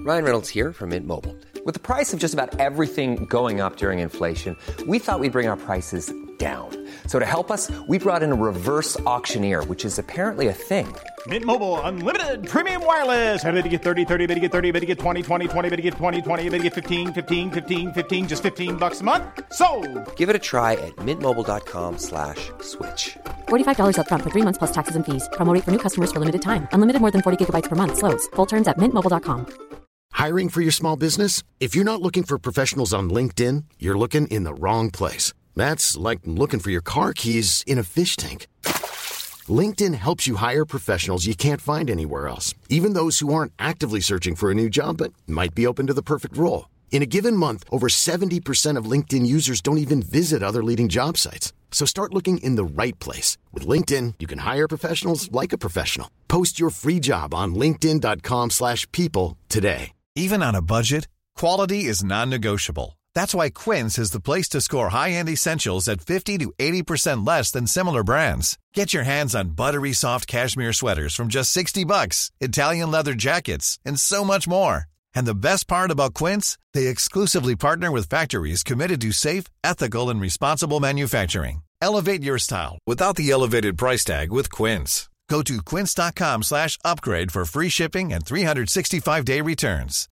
Ryan Reynolds here from Mint Mobile. With the price of just about everything going up during inflation, we thought we'd bring our prices down. So to help us, we brought in a reverse auctioneer, which is apparently a thing. Mint Mobile Unlimited Premium Wireless. How to get 30, 30, bit to get 30, bit to get 20, 20, 20, bit to get 20, 20, bit to get 15, 15, 15, 15, just $15 a month? Sold! Give it a try at mintmobile.com/switch. $45 up front for 3 months plus taxes and fees. Promo rate for new customers for limited time. Unlimited more than 40 gigabytes per month. Slows full terms at mintmobile.com. Hiring for your small business? If you're not looking for professionals on LinkedIn, you're looking in the wrong place. That's like looking for your car keys in a fish tank. LinkedIn helps you hire professionals you can't find anywhere else, even those who aren't actively searching for a new job but might be open to the perfect role. In a given month, over 70% of LinkedIn users don't even visit other leading job sites. So start looking in the right place. With LinkedIn, you can hire professionals like a professional. Post your free job on linkedin.com/people today. Even on a budget, quality is non-negotiable. That's why Quince is the place to score high-end essentials at 50 to 80% less than similar brands. Get your hands on buttery soft cashmere sweaters from just $60, Italian leather jackets, and so much more. And the best part about Quince, they exclusively partner with factories committed to safe, ethical, and responsible manufacturing. Elevate your style without the elevated price tag with Quince. Go to quince.com/upgrade for free shipping and 365-day returns.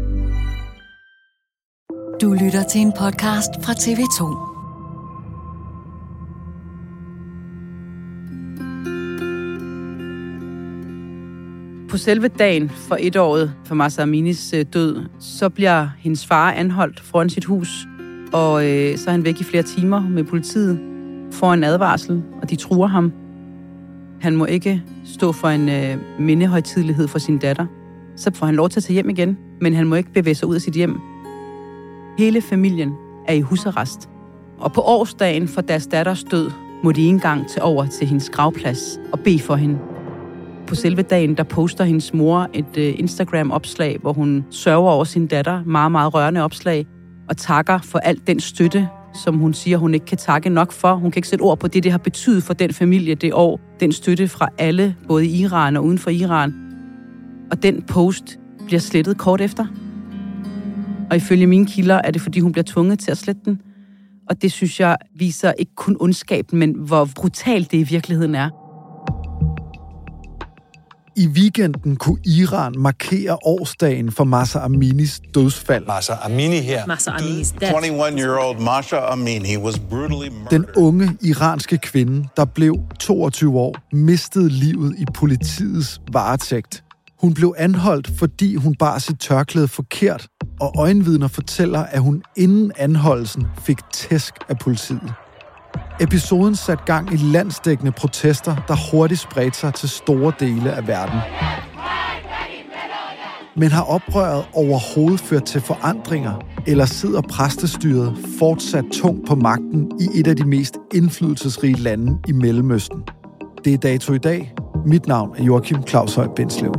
Du lytter til en podcast fra TV2. På selve dagen for 1-året for Mahsa Aminis død, så bliver hendes far anholdt foran sit hus, og så er han væk i flere timer med politiet, får en advarsel, og de truer ham. Han må ikke stå for en mindehøjtidelighed for sin datter. Så får han lov til at tage hjem igen, men han må ikke bevæge sig ud af sit hjem. Hele familien er i husarrest. Og på årsdagen for deres datters død, må de engang tage over til hendes gravplads og bede for hende. På selve dagen, der poster hendes mor et Instagram-opslag, hvor hun sørger over sin datter. Meget, meget rørende opslag. Og takker for alt den støtte, som hun siger, hun ikke kan takke nok for. Hun kan ikke sætte ord på det har betydet for den familie det år. Den støtte fra alle, både i Iran og uden for Iran. Og den post bliver slettet kort efter. Og ifølge mine kilder er det, fordi hun bliver tvunget til at slette den. Og det synes jeg viser ikke kun ondskaben, men hvor brutalt det i virkeligheden er. I weekenden kunne Iran markere årsdagen for Mahsa Aminis dødsfald. Mahsa Amini her. Mahsa Aminis death. 21-year-old Mahsa Amini was brutally murdered. Den unge iranske kvinde, der blev 22 år, mistede livet i politiets varetægt. Hun blev anholdt, fordi hun bar sit tørklæde forkert, og øjenvidner fortæller, at hun inden anholdelsen fik tæsk af politiet. Episoden satte gang i landsdækkende protester, der hurtigt spredte sig til store dele af verden. Men har oprøret overhovedet ført til forandringer, eller sidder præstestyret fortsat tungt på magten i et af de mest indflydelsesrige lande i Mellemøsten? Det er Dato i dag. Mit navn er Joachim Claus Høj Bindslev.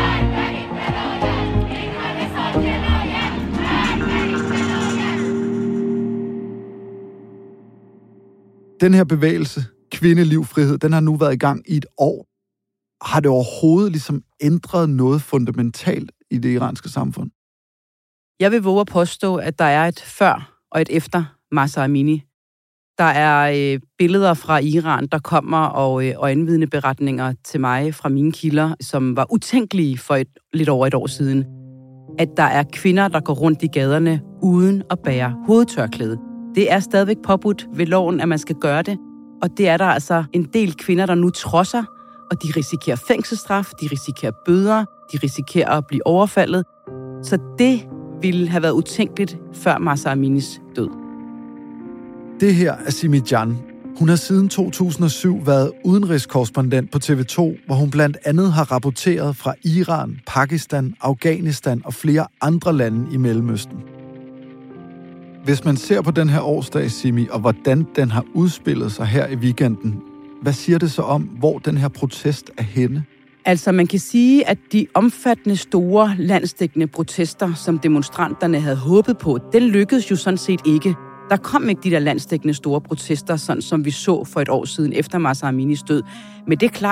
Den her bevægelse, Kvindeliv Frihed, den har nu været i gang i et år. Har det overhovedet ligesom ændret noget fundamentalt i det iranske samfund? Jeg vil våge at påstå, at der er et før og et efter Mahsa Amini. Der er billeder fra Iran, der kommer, og øjenvidneberetninger til mig fra mine kilder, som var utænkelige for lidt over et år siden. At der er kvinder, der går rundt i gaderne uden at bære hovedtørklæde. Det er stadigvæk påbudt ved loven, at man skal gøre det. Og det er der altså en del kvinder, der nu trodser, og de risikerer fængselsstraf, de risikerer bøder, de risikerer at blive overfaldet. Så det ville have været utænkeligt før Mahsa Aminis død. Det her er Simi Jan. Hun har siden 2007 været udenrigskorrespondent på TV2, hvor hun blandt andet har rapporteret fra Iran, Pakistan, Afghanistan og flere andre lande i Mellemøsten. Hvis man ser på den her årsdag, Simi, og hvordan den har udspillet sig her i weekenden, hvad siger det så om, hvor den her protest er henne? Altså, man kan sige, at de omfattende store landsdækkende protester, som demonstranterne havde håbet på, den lykkedes jo sådan set ikke. Der kom ikke de der landsdækkende store protester, sådan som vi så for et år siden efter Mahsa Aminis død. Men det er klart,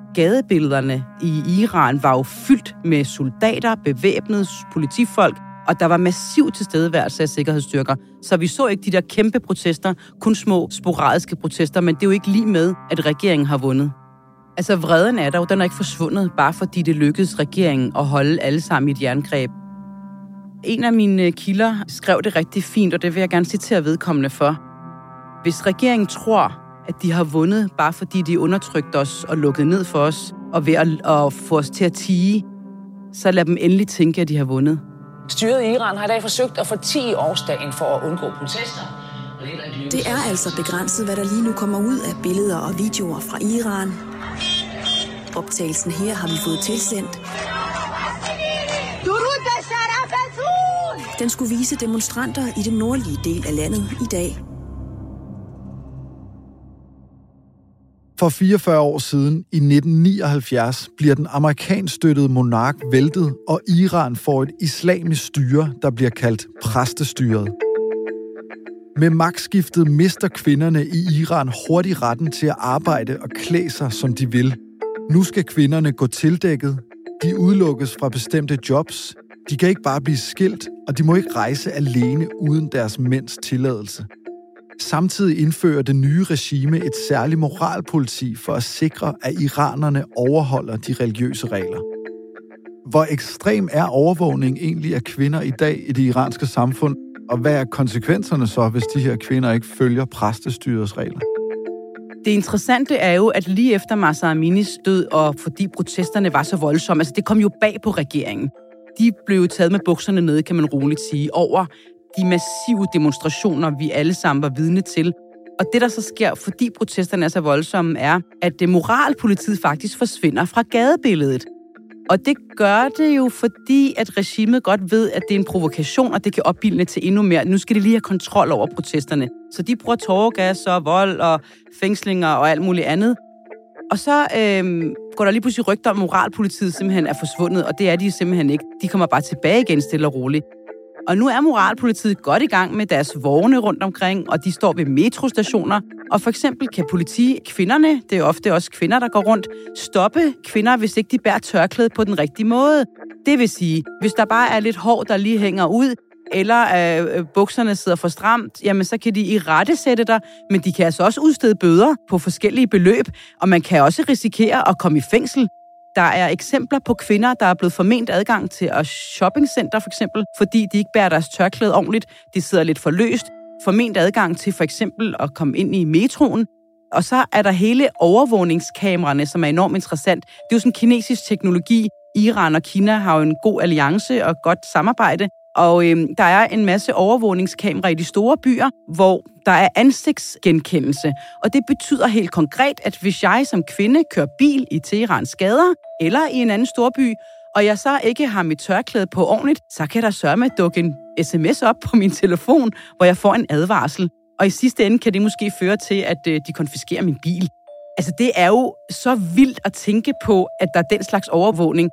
Gadebillederne i Iran var jo fyldt med soldater, bevæbnede politifolk, og der var massiv tilstedeværelse af sikkerhedsstyrker. Så vi så ikke de der kæmpe protester, kun små sporadiske protester, men det er jo ikke lige med, at regeringen har vundet. Altså vreden er der jo, den er ikke forsvundet, bare fordi det lykkedes regeringen at holde alle sammen i et jerngreb. En af mine kilder skrev det rigtig fint, og det vil jeg gerne citere vedkommende for. Hvis regeringen tror, at de har vundet, bare fordi de undertrykte os og lukkede ned for os, og ved at få os til at tie, så lad dem endelig tænke, at de har vundet. Styret i Iran har i dag forsøgt at få 10-årsdagen for at undgå protester. Det er altså begrænset, hvad der lige nu kommer ud af billeder og videoer fra Iran. Optagelsen her har vi fået tilsendt. Den skulle vise demonstranter i den nordlige del af landet i dag. For 44 år siden, i 1979, bliver den amerikansk-støttede monark væltet, og Iran får et islamisk styre, der bliver kaldt præstestyret. Med magtskiftet mister kvinderne i Iran hurtigt retten til at arbejde og klæde sig, som de vil. Nu skal kvinderne gå tildækket, de udelukkes fra bestemte jobs, de kan ikke bare blive skilt, og de må ikke rejse alene uden deres mænds tilladelse. Samtidig indfører det nye regime et særligt moralpoliti for at sikre, at iranerne overholder de religiøse regler. Hvor ekstrem er overvågning egentlig af kvinder i dag i det iranske samfund, og hvad er konsekvenserne så, hvis de her kvinder ikke følger præstestyrets regler? Det interessante er jo, at lige efter Mahsa Aminis død, og fordi protesterne var så voldsomme, altså det kom jo bag på regeringen. De blev taget med bukserne nede, kan man roligt sige, over de massive demonstrationer, vi alle sammen var vidne til. Og det, der så sker, fordi protesterne er så voldsomme, er, at det moralpolitiet faktisk forsvinder fra gadebilledet. Og det gør det jo, fordi at regimet godt ved, at det er en provokation, og det kan opildne til endnu mere. Nu skal de lige have kontrol over protesterne. Så de bruger tåregas og vold og fængslinger og alt muligt andet. Og så går der lige pludselig rygter om, at moralpolitiet simpelthen er forsvundet, og det er de simpelthen ikke. De kommer bare tilbage igen stille og roligt. Og nu er moralpolitiet godt i gang med deres vogne rundt omkring, og de står ved metrostationer. Og for eksempel kan politikvinderne, det er ofte også kvinder, der går rundt, stoppe kvinder, hvis ikke de bærer tørklæde på den rigtige måde. Det vil sige, hvis der bare er lidt hår, der lige hænger ud, eller bukserne sidder for stramt, jamen så kan de irettesætte dig, men de kan altså også udstede bøder på forskellige beløb, og man kan også risikere at komme i fængsel. Der er eksempler på kvinder, der er blevet forment adgang til et shoppingcenter, for eksempel, fordi de ikke bærer deres tørklæde ordentligt, de sidder lidt for løst, forment adgang til for eksempel at komme ind i metroen. Og så er der hele overvågningskameraerne, som er enormt interessant. Det er jo sådan kinesisk teknologi. Iran og Kina har jo en god alliance og godt samarbejde. Og der er en masse overvågningskameraer i de store byer, hvor der er ansigtsgenkendelse. Og det betyder helt konkret, at hvis jeg som kvinde kører bil i Teherans gader eller i en anden storby, og jeg så ikke har mit tørklæde på ordentligt, så kan der sørme at dukke en sms op på min telefon, hvor jeg får en advarsel. Og i sidste ende kan det måske føre til, at de konfiskerer min bil. Altså det er jo så vildt at tænke på, at der er den slags overvågning.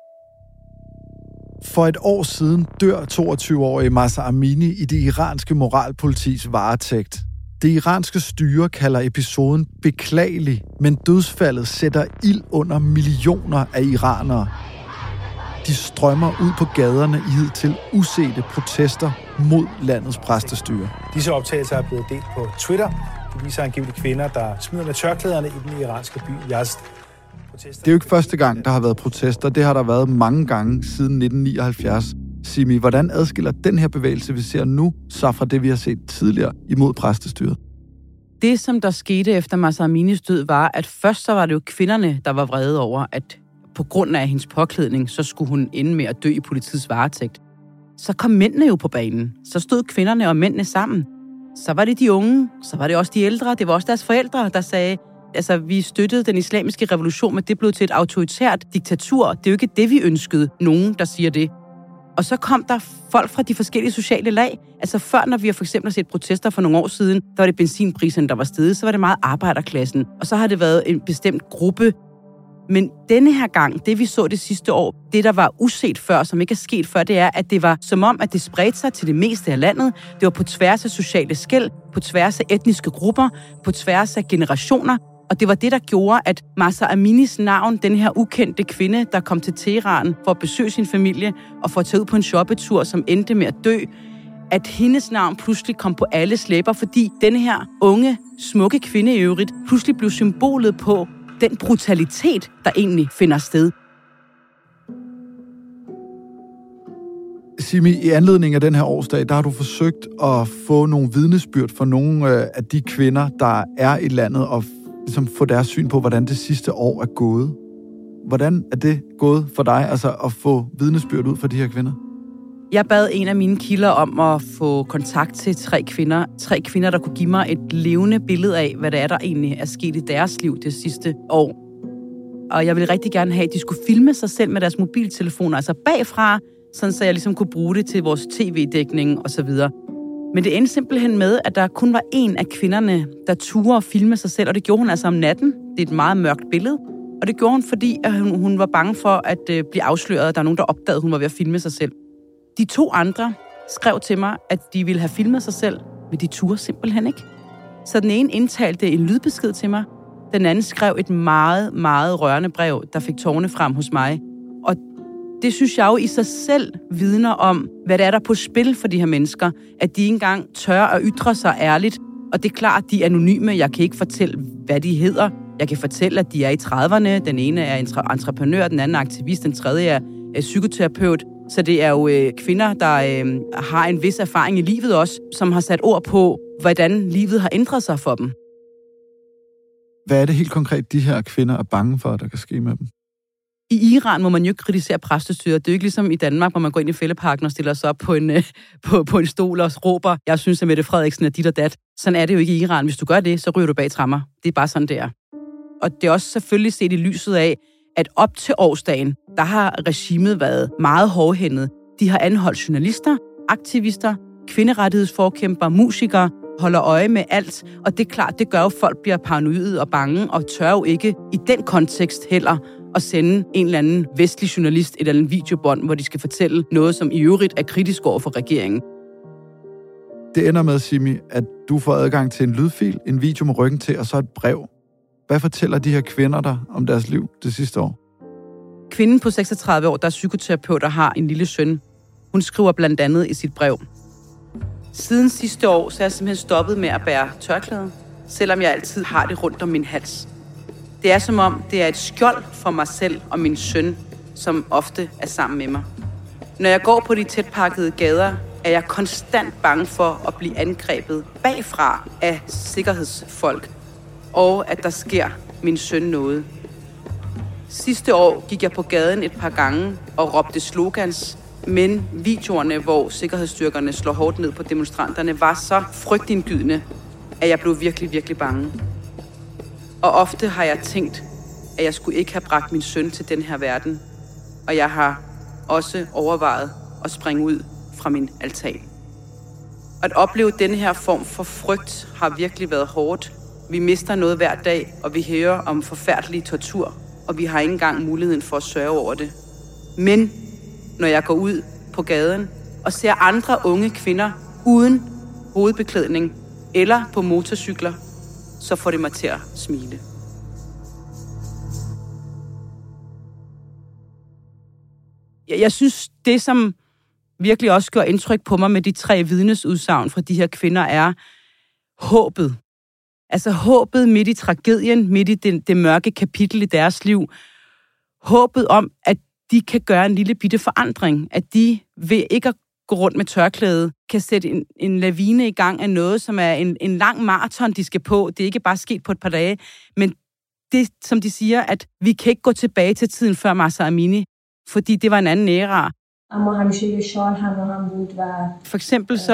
For et år siden dør 22-årige Mahsa Amini i det iranske moralpolitis varetægt. Det iranske styre kalder episoden beklagelig, men dødsfaldet sætter ild under millioner af iranere. De strømmer ud på gaderne i hidtil usete protester mod landets præstestyre. Disse optagelser er blevet delt på Twitter. De viser angiveligt kvinder, der smider med tørklæderne i den iranske by Yazd. Det er jo ikke første gang, der har været protester. Det har der været mange gange siden 1979. Simi, hvordan adskiller den her bevægelse, vi ser nu, så fra det, vi har set tidligere imod præstestyret? Det, som der skete efter Mahsa Aminis død, var, at først så var det jo kvinderne, der var vrede over, at på grund af hendes påklædning, så skulle hun ende med at dø i politiets varetægt. Så kom mændene jo på banen. Så stod kvinderne og mændene sammen. Så var det de unge, så var det også de ældre, det var også deres forældre, der sagde, altså, vi støttede den islamiske revolution, men det blev til et autoritært diktatur. Det er jo ikke det, vi ønskede, nogen, der siger det. Og så kom der folk fra de forskellige sociale lag. Altså før, når vi har for eksempel set protester for nogle år siden, der var det benzinpriserne, der var steget, så var det meget arbejderklassen. Og så har det været en bestemt gruppe. Men denne her gang, det vi så det sidste år, det der var uset før, som ikke er sket før, det er, at det var som om, at det spredte sig til det meste af landet. Det var på tværs af sociale skel, på tværs af etniske grupper, på tværs af generationer. Og det var det, der gjorde, at Mahsa Aminis navn, den her ukendte kvinde, der kom til Teheran for at besøge sin familie og for at tage ud på en shoppetur, som endte med at dø, at hendes navn pludselig kom på alles læber, fordi denne her unge, smukke kvinde i øvrigt pludselig blev symbolet på den brutalitet, der egentlig finder sted. Simi, i anledning af den her årsdag, der har du forsøgt at få nogle vidnesbyrd for nogle af de kvinder, der er i landet, og ligesom få deres syn på, hvordan det sidste år er gået. Hvordan er det gået for dig, altså at få vidnesbyrd ud for de her kvinder? Jeg bad en af mine kilder om at få kontakt til 3 kvinder. 3 kvinder, der kunne give mig et levende billede af, hvad det er, der egentlig er sket i deres liv det sidste år. Og jeg ville rigtig gerne have, at de skulle filme sig selv med deres mobiltelefoner, altså bagfra, sådan så jeg ligesom kunne bruge det til vores tv-dækning osv. Men det endte simpelthen med, at der kun var en af kvinderne, der turde at filme sig selv, og det gjorde hun altså om natten. Det er et meget mørkt billede. Og det gjorde hun, fordi at hun var bange for at blive afsløret, og der er nogen, der opdagede, at hun var ved at filme sig selv. De 2 andre skrev til mig, at de ville have filmet sig selv, men de turde simpelthen ikke. Så den ene indtalte en lydbesked til mig, den anden skrev et meget, meget rørende brev, der fik tårerne frem hos mig. Og det synes jeg jo i sig selv vidner om, hvad der er der på spil for de her mennesker, at de ikke engang tør at ytre sig ærligt. Og det er klart, at de er anonyme. Jeg kan ikke fortælle, hvad de hedder. Jeg kan fortælle, at de er i 30'erne. Den ene er entreprenør, den anden er aktivist, den tredje er psykoterapeut. Så det er jo kvinder, der har en vis erfaring i livet også, som har sat ord på, hvordan livet har ændret sig for dem. Hvad er det helt konkret, de her kvinder er bange for, der kan ske med dem? I Iran må man jo ikke kritisere præstestyret. Det er jo ikke ligesom i Danmark, hvor man går ind i fældeparken og stiller sig op på en stol og råber, jeg synes, at Mette Frederiksen er dit og dat. Sådan er det jo ikke i Iran. Hvis du gør det, så ryger du bag tremmer. Det er bare sådan, det er. Og det er også selvfølgelig set i lyset af, at op til årsdagen, der har regimet været meget hårdhændet. De har anholdt journalister, aktivister, kvinderettighedsforkæmper, musikere, holder øje med alt. Og det er klart, det gør jo, at folk bliver paranoide og bange, og tør jo ikke i den kontekst heller at sende en eller anden vestlig journalist et eller andet videobånd, hvor de skal fortælle noget, som i øvrigt er kritisk over for regeringen. Det ender med, Simi, at du får adgang til en lydfil, en video med ryggen til, og så et brev. Hvad fortæller de her kvinder der om deres liv det sidste år? Kvinden på 36 år, der er psykoterapeut og har en lille søn, hun skriver blandt andet i sit brev: Siden sidste år, så er jeg simpelthen stoppet med at bære tørklæde, selvom jeg altid har det rundt om min hals. Det er som om, det er et skjold for mig selv og min søn, som ofte er sammen med mig. Når jeg går på de tætpakkede gader, er jeg konstant bange for at blive angrebet bagfra af sikkerhedsfolk, og at der sker min søn noget. Sidste år gik jeg på gaden et par gange og råbte slogans, men videoerne, hvor sikkerhedsstyrkerne slår hårdt ned på demonstranterne, var så frygtindgydende, at jeg blev virkelig, virkelig bange. Og ofte har jeg tænkt, at jeg skulle ikke have bragt min søn til den her verden, og jeg har også overvejet at springe ud fra min altan. At opleve denne her form for frygt har virkelig været hårdt. Vi mister noget hver dag, og vi hører om forfærdelig tortur, og vi har ikke engang muligheden for at sørge over det. Men når jeg går ud på gaden og ser andre unge kvinder uden hovedbeklædning eller på motorcykler, så får det mig til at smile. Jeg synes, det som virkelig også gør indtryk på mig med de 3 vidnesudsagn fra de her kvinder er håbet. Altså håbet midt i tragedien, midt i det mørke kapitel i deres liv. Håbet om, at de kan gøre en lille bitte forandring. At de ved ikke at gå rundt med tørklæde, kan sætte en lavine i gang af noget, som er en lang maraton, de skal på. Det er ikke bare sket på et par dage. Men det, som de siger, at vi kan ikke gå tilbage til tiden før Mahsa Amini, fordi det var en anden æra. For eksempel så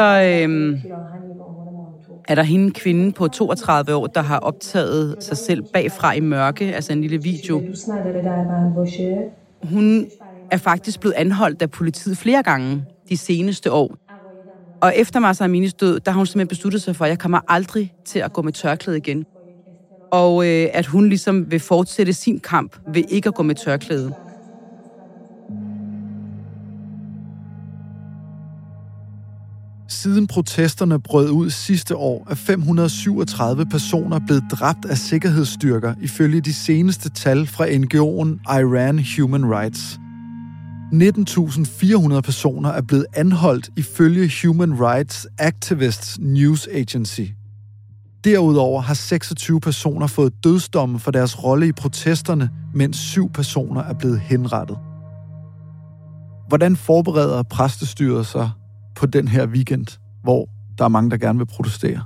er der hende kvinde på 32 år, der har optaget sig selv bagfra i mørke, altså en lille video. Hun er faktisk blevet anholdt af politiet flere gange de seneste år. Og efter Mahsa Aminis død, der har hun simpelthen besluttet sig for, at jeg kommer aldrig til at gå med tørklæde igen. Og at hun ligesom vil fortsætte sin kamp ved ikke at gå med tørklæde. Siden protesterne brød ud sidste år, er 537 personer blevet dræbt af sikkerhedsstyrker, ifølge de seneste tal fra NGO'en Iran Human Rights. 19.400 personer er blevet anholdt ifølge Human Rights Activists News Agency. Derudover har 26 personer fået dødsdomme for deres rolle i protesterne, mens 7 personer er blevet henrettet. Hvordan forbereder præstestyret sig på den her weekend, hvor der er mange, der gerne vil protestere?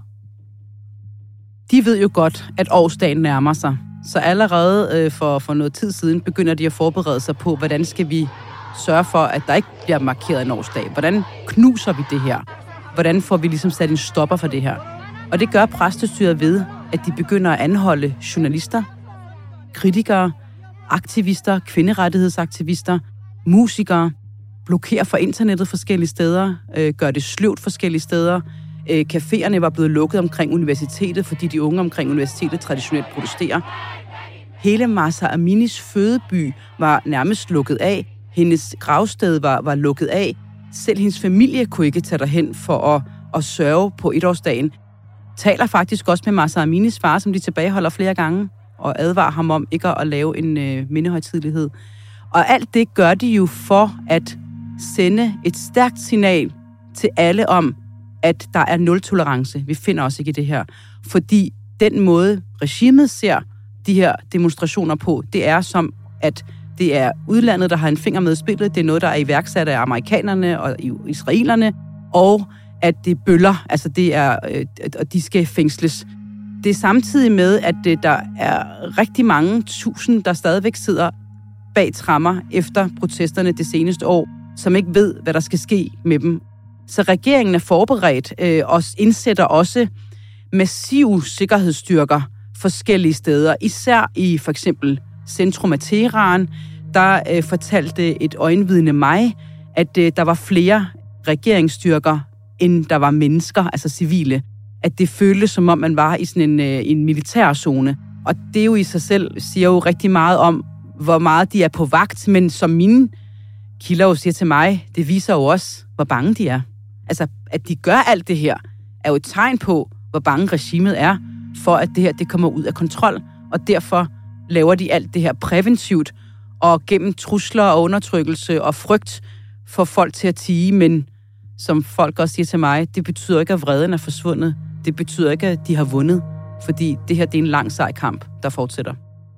De ved jo godt, at årsdagen nærmer sig. Så allerede for noget tid siden begynder de at forberede sig på, hvordan skal vi sørge for, at der ikke bliver markeret en årsdag. Hvordan knuser vi det her? Hvordan får vi ligesom sat en stopper for det her? Og det gør præstestyret ved, at de begynder at anholde journalister, kritikere, aktivister, kvinderettighedsaktivister, musikere, blokerer for internettet forskellige steder, gør det sløvt forskellige steder. Caféerne var blevet lukket omkring universitetet, fordi de unge omkring universitetet traditionelt protesterer. Hele Mahsa Aminis fødeby var nærmest lukket af. Hendes gravsted var lukket af. Selv hendes familie kunne ikke tage derhen for at sørge på etårsdagen. Taler faktisk også med Mahsa Aminis far, som de tilbageholder flere gange, og advarer ham om ikke at lave en mindehøjtidelighed. Og alt det gør de jo for at sende et stærkt signal til alle om, at der er nul-tolerance. Vi finder os ikke i det her. Fordi den måde, regimet ser de her demonstrationer på, det er som, at det er udlandet, der har en finger med i spillet. Det er noget, der er iværksat af amerikanerne og israelerne, og at det bøller, altså det er, og de skal fængsles. Det er samtidig med, at der er rigtig mange tusind, der stadigvæk sidder bag tremmer efter protesterne det seneste år, som ikke ved, hvad der skal ske med dem. Så regeringen er forberedt og indsætter også massive sikkerhedsstyrker forskellige steder. Især i for eksempel centrum af Teheran, der fortalte et øjenvidne mig, at der var flere regeringsstyrker, end der var mennesker, altså civile. At det føltes, som om man var i sådan en militærzone. Og det jo i sig selv siger jo rigtig meget om, hvor meget de er på vagt, men som mine kilder jo siger til mig, det viser jo også, hvor bange de er. Altså, at de gør alt det her, er jo et tegn på, hvor bange regimet er, for at det her det kommer ud af kontrol, og derfor laver de alt det her præventivt, og gennem trusler og undertrykkelse og frygt får folk til at tie, men som folk også siger til mig, det betyder ikke, at vreden er forsvundet. Det betyder ikke, at de har vundet, fordi det her det er en lang sej kamp, der fortsætter.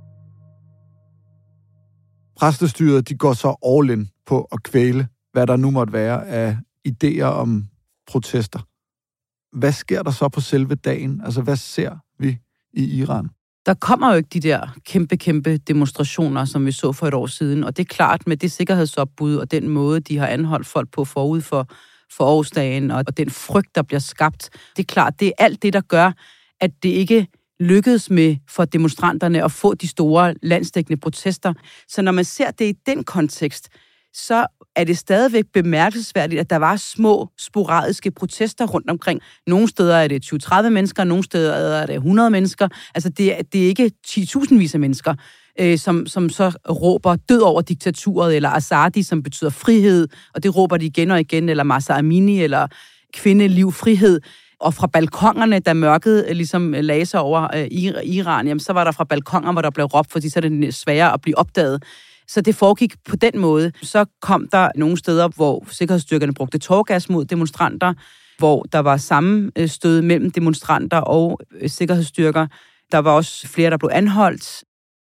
Præstestyret, de går så all in på at kvæle, hvad der nu måtte være af idéer om protester. Hvad sker der så på selve dagen? Altså, hvad ser vi i Iran? Der kommer jo ikke de der kæmpe demonstrationer, som vi så for et år siden, og det er klart med det sikkerhedsopbud og den måde, de har anholdt folk på forud for årsdagen, og den frygt, der bliver skabt. Det er klart, det er alt det, der gør, at det ikke lykkedes med for demonstranterne at få de store landsdækkende protester. Så når man ser det i den kontekst, så er det stadigvæk bemærkelsesværdigt, at der var små, sporadiske protester rundt omkring. Nogle steder er det 20-30 mennesker, nogle steder er det 100 mennesker. Altså, det er ikke 10.000 af mennesker, som så råber død over diktaturet, eller Azadi, som betyder frihed, og det råber de igen og igen, eller Mahsa Amini, eller kvindeliv, frihed. Og fra balkonerne, da mørket ligesom lagde sig over Iran, jamen, så var der fra balkoner, hvor der blev råbt, fordi så er det sværere at blive opdaget. Så det foregik på den måde. Så kom der nogle steder, hvor sikkerhedsstyrkerne brugte tåregas mod demonstranter, hvor der var sammenstød mellem demonstranter og sikkerhedsstyrker. Der var også flere, der blev anholdt.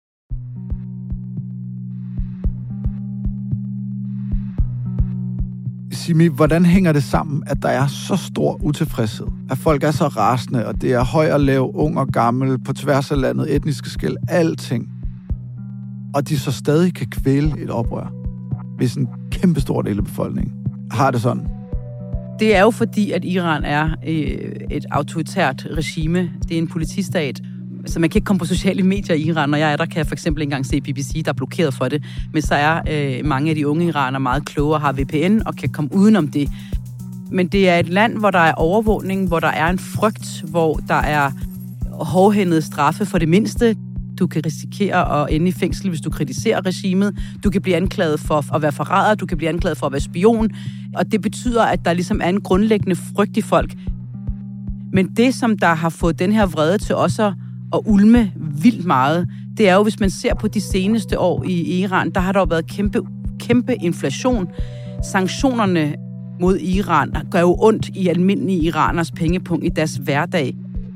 Simi, hvordan hænger det sammen, at der er så stor utilfredshed? At folk er så rasende, og det er høj og lav, ung og gammel, på tværs af landet, etniske skel, alting. Og de så stadig kan kvæle et oprør, hvis en kæmpestor del af befolkningen har det sådan. Det er jo fordi, at Iran er et autoritært regime. Det er en politistat, så man kan ikke komme på sociale medier i Iran. Når jeg er der, kan jeg for eksempel ikke engang se BBC, der er blokeret for det. Men så er mange af de unge iranere meget kloge og har VPN og kan komme udenom det. Men det er et land, hvor der er overvågning, hvor der er en frygt, hvor der er hårdhændede straffe for det mindste. Du kan risikere at ende i fængsel, hvis du kritiserer regimet. Du kan blive anklaget for at være forræder. Du kan blive anklaget for at være spion. Og det betyder, at der ligesom er en grundlæggende frygt i folk. Men det, som der har fået den her vrede til også at ulme vildt meget, det er jo, hvis man ser på de seneste år i Iran, der har der jo været kæmpe inflation. Sanktionerne mod Iran gør jo ondt i almindelige iraners pengepunkt i deres hverdag.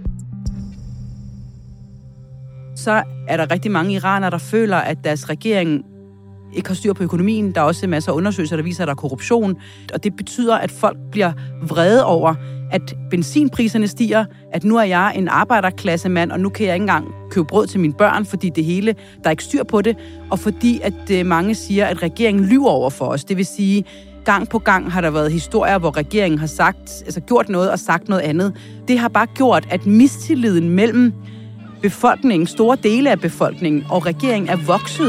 Så er der rigtig mange iranere, der føler, at deres regering ikke har styr på økonomien. Der er også masser af undersøgelser, der viser, at der er korruption. Og det betyder, at folk bliver vrede over, at benzinpriserne stiger, at nu er jeg en arbejderklassemand, og nu kan jeg ikke engang købe brød til mine børn, fordi det hele, der er ikke styr på det, og fordi at mange siger, at regeringen lyver over for os. Det vil sige, gang på gang har der været historier, hvor regeringen har gjort noget og sagt noget andet. Det har bare gjort, at mistilliden mellem befolkningen, store dele af befolkningen og regeringen er vokset.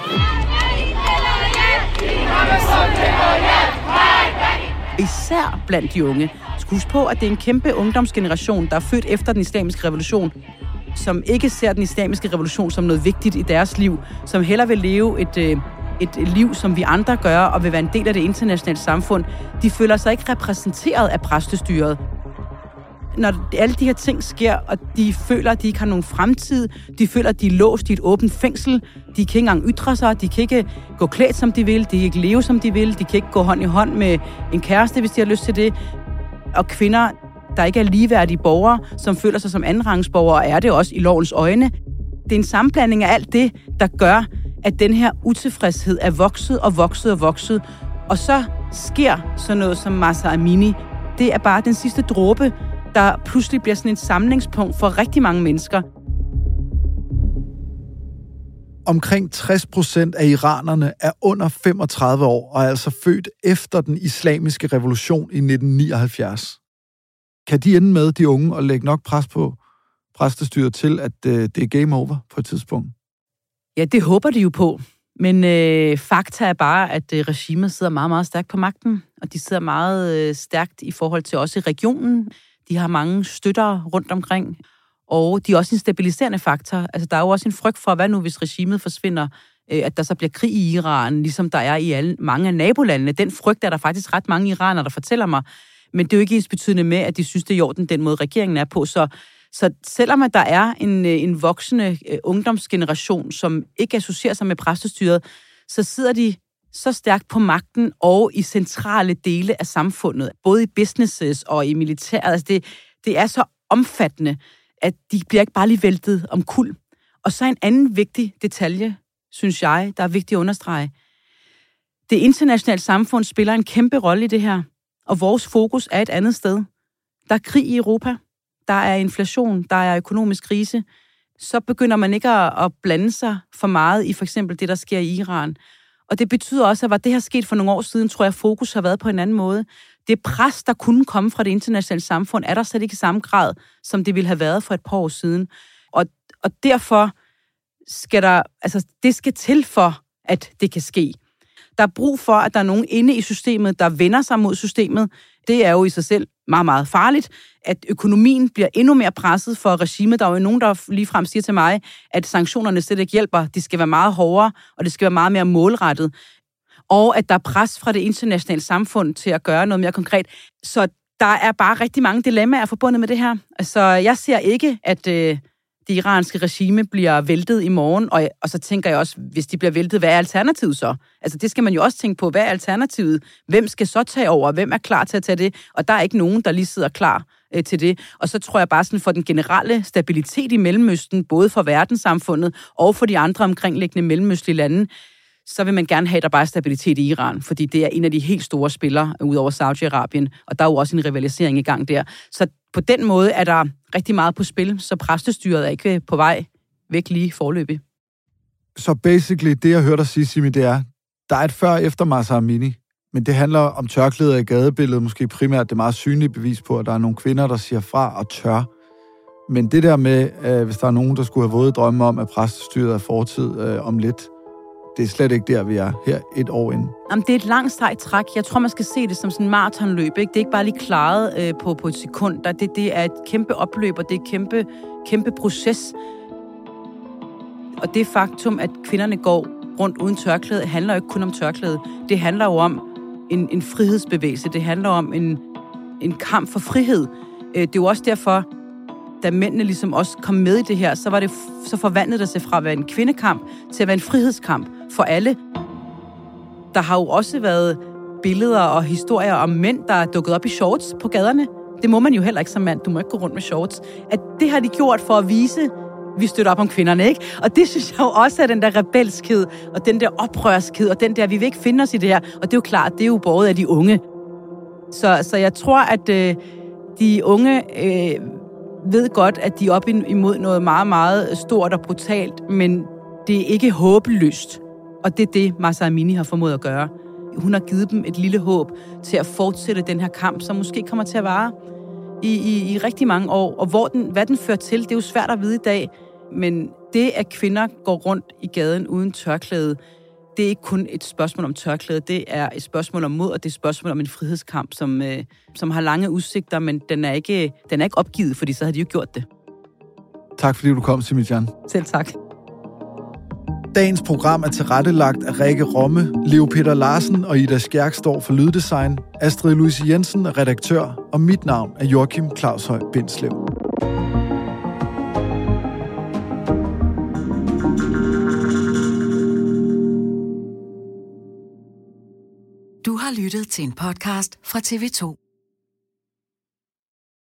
Især blandt de unge. Skal huske på, at det er en kæmpe ungdomsgeneration, der er født efter den islamiske revolution, som ikke ser den islamiske revolution som noget vigtigt i deres liv, som hellere vil leve et liv, som vi andre gør, og vil være en del af det internationale samfund. De føler sig ikke repræsenteret af præstestyret. Når alle de her ting sker, og de føler, at de ikke har nogen fremtid, de føler, at de er låst i et åbent fængsel, de kan ikke engang ytre sig, de kan ikke gå klædt, som de vil, de kan ikke leve, som de vil, de kan ikke gå hånd i hånd med en kæreste, hvis de har lyst til det. Og kvinder, der ikke er ligeværdige borgere, som føler sig som andenrangsborgere, er det også i lovens øjne. Det er en sammenblanding af alt det, der gør, at den her utilfredshed er vokset og vokset og vokset. Og så sker sådan noget som Mahsa Amini. Det er bare den sidste dråbe, der pludselig bliver sådan et samlingspunkt for rigtig mange mennesker. Omkring 60% af iranerne er under 35 år og er altså født efter den islamiske revolution i 1979. Kan de ende med, de unge, at lægge nok pres på præstestyret til, at det er game over på et tidspunkt? Ja, det håber de jo på. Men fakta er bare, at regimet sidder meget, meget stærkt på magten, og de sidder meget stærkt i forhold til også regionen. De har mange støtter rundt omkring, og de er også en stabiliserende faktor. Altså, der er jo også en frygt for, hvad nu, hvis regimet forsvinder, at der så bliver krig i Iran, ligesom der er i mange af nabolandene. Den frygt er der faktisk ret mange iranere, der fortæller mig. Men det er jo ikke ensbetydende med, at de synes, det er i orden, den måde regeringen er på. Så selvom at der er en voksende ungdomsgeneration, som ikke associerer sig med præstestyret, så sidder de så stærkt på magten og i centrale dele af samfundet, både i businesses og i militæret. Altså det er så omfattende, at de bliver ikke bare lige væltet omkuld. Og så en anden vigtig detalje, synes jeg, der er vigtigt at understrege. Det internationale samfund spiller en kæmpe rolle i det her, og vores fokus er et andet sted. Der er krig i Europa, der er inflation, der er økonomisk krise. Så begynder man ikke at blande sig for meget i for eksempel det, der sker i Iran. Og det betyder også, at var det her sket for nogle år siden, tror jeg, fokus har været på en anden måde. Det pres, der kunne komme fra det internationale samfund, er der slet ikke i samme grad, som det ville have været for et par år siden. Og derfor skal det skal til for, at det kan ske. Der er brug for, at der er nogen inde i systemet, der vender sig mod systemet. Det er jo i sig selv meget, meget farligt, at økonomien bliver endnu mere presset for regimet. Der er jo nogen, der ligefrem siger til mig, at sanktionerne slet ikke hjælper. De skal være meget hårdere, og det skal være meget mere målrettet. Og at der er pres fra det internationale samfund til at gøre noget mere konkret. Så der er bare rigtig mange dilemmaer forbundet med det her. Altså, jeg ser ikke, at det iranske regime bliver væltet i morgen, og så tænker jeg også, hvis de bliver væltet, hvad er alternativet så? Altså det skal man jo også tænke på, hvad er alternativet? Hvem skal så tage over? Hvem er klar til at tage det? Og der er ikke nogen, der lige sidder klar til det. Og så tror jeg bare sådan for den generelle stabilitet i Mellemøsten, både for verdenssamfundet og for de andre omkringliggende mellemøstlige lande, så vil man gerne have, at der bare er stabilitet i Iran, fordi det er en af de helt store spillere ud over Saudi-Arabien, og der er jo også en rivalisering i gang der. Så på den måde er der rigtig meget på spil, så præstestyret er ikke på vej væk lige forløbig. Så basically, det jeg hørte dig sige, Simi, det er, der er et før og efter Mahsa Amini, men det handler om tørklæder i gadebilledet, måske primært det meget synlige bevis på, at der er nogle kvinder, der siger fra og tør. Men det der med, hvis der er nogen, der skulle have våde drømme om, at præstestyret er fortid om lidt, det er slet ikke der, vi er her et år inden. Jamen, det er et langt sejt træk. Jeg tror, man skal se det som sådan en maratonløb. Ikke? Det er ikke bare lige klaret på et sekund. Det er et kæmpe opløb, og det er et kæmpe proces. Og det faktum, at kvinderne går rundt uden tørklæde, handler jo ikke kun om tørklæde. Det handler jo om en frihedsbevægelse. Det handler om en kamp for frihed. Det er jo også derfor, da mændene ligesom også kom med i det her, så forvandlede det sig fra at være en kvindekamp til at være en frihedskamp for alle. Der har jo også været billeder og historier om mænd, der er dukket op i shorts på gaderne. Det må man jo heller ikke som mand. Du må ikke gå rundt med shorts. At det har de gjort for at vise, vi støtter op om kvinderne, ikke? Og det synes jeg jo også er den der rebelskhed, og den der oprørskhed, og den der, vi vil ikke finde os i det her. Og det er jo klart, det er jo båret af de unge. Så jeg tror, at de unge ved godt, at de er op imod noget meget, meget stort og brutalt, men det er ikke håbløst. Og det er det, Mahsa Amini har formået at gøre. Hun har givet dem et lille håb til at fortsætte den her kamp, som måske kommer til at vare i rigtig mange år. Og hvad den fører til, det er jo svært at vide i dag. Men det, at kvinder går rundt i gaden uden tørklæde, det er ikke kun et spørgsmål om tørklæde. Det er et spørgsmål om mod, og det er et spørgsmål om en frihedskamp, som har lange udsigter, men den er ikke opgivet, fordi så havde de jo gjort det. Tak fordi du kom, Simi-Jan. Selv tak. Dagens program er tilrettelagt af Rikke Romme, Leo Peter Larsen og Ida Skjærk står for lyddesign. Astrid Louise Jensen er redaktør, og mit navn er Joachim Claushøj Bindslev. Du har lyttet til en podcast fra TV2.